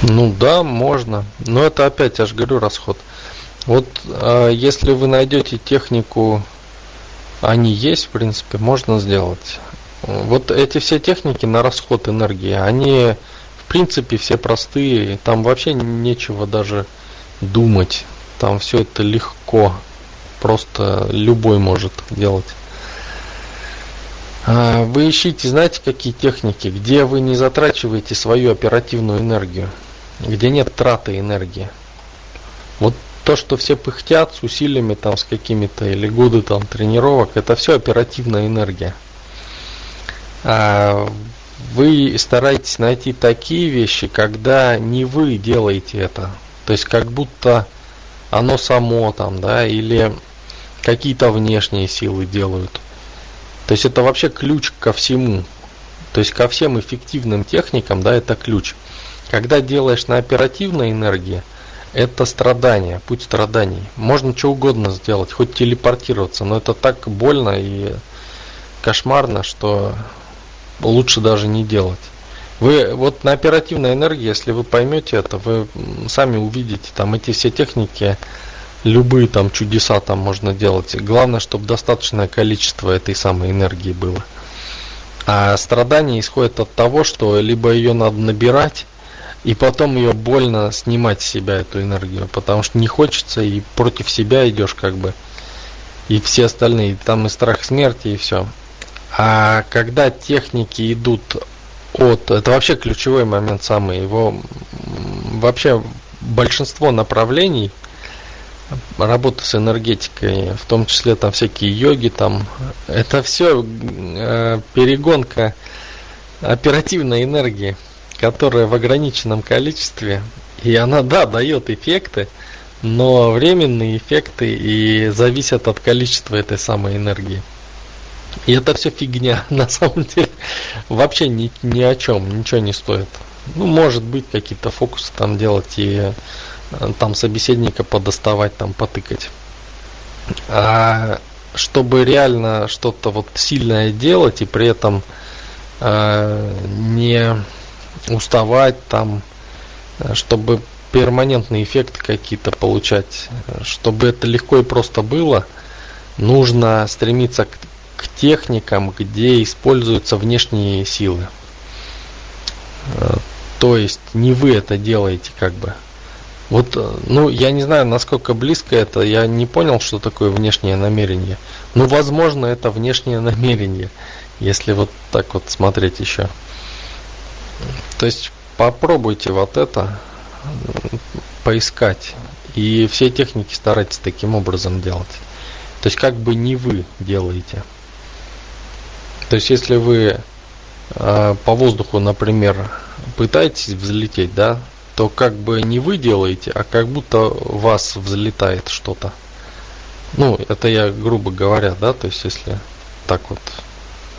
Ну да, можно. Но это опять, я же говорю, расход. Вот если вы найдете технику, они есть, в принципе, можно сделать. Вот эти все техники на расход энергии, они, в принципе, все простые. Там вообще нечего даже думать. Там все это легко. Просто любой может делать. Вы ищите, знаете, какие техники, где вы не затрачиваете свою оперативную энергию, где нет траты энергии. Вот то, что все пыхтят с усилиями, там, с какими-то, или годы там тренировок, это все оперативная энергия. Вы стараетесь найти такие вещи, когда не вы делаете это. То есть как будто оно само там, да, или какие-то внешние силы делают. То есть это вообще ключ ко всему. То есть ко всем эффективным техникам, да, это ключ. Когда делаешь на оперативной энергии, это страдание, путь страданий. Можно что угодно сделать, хоть телепортироваться, но это так больно и кошмарно, что лучше даже не делать. Вы вот на оперативной энергии, если вы поймете это, вы сами увидите, там эти все техники, любые там чудеса там можно делать. Главное, чтобы достаточное количество этой самой энергии было. А страдания исходят от того, что либо ее надо набирать, и потом ее больно снимать с себя, эту энергию, потому что не хочется, и против себя идешь как бы, и все остальные, там и страх смерти, и все. А когда техники идут от, это вообще ключевой момент самый, его вообще большинство направлений работы с энергетикой, в том числе там всякие йоги, там, это все перегонка оперативной энергии, которая в ограниченном количестве, и она, да, дает эффекты, но временные эффекты и зависят от количества этой самой энергии. И это все фигня, на самом деле, вообще ни о чем, ничего не стоит. Ну, может быть, какие-то фокусы там делать и там собеседника подоставать, там потыкать. А чтобы реально что-то вот сильное делать и при этом не уставать там, чтобы перманентные эффекты какие-то получать, чтобы это легко и просто было, нужно стремиться к техникам, где используются внешние силы. То есть не вы это делаете как бы. Вот, ну, я не знаю, насколько близко это, я не понял, что такое внешнее намерение. Ну, возможно, это внешнее намерение, если вот так вот смотреть еще. То есть попробуйте вот это поискать. И все техники старайтесь таким образом делать. То есть как бы не вы делаете. То есть если вы по воздуху, например, пытаетесь взлететь, да, то как бы не вы делаете, а как будто вас взлетает что-то. Ну, это я грубо говоря, да, то есть если так вот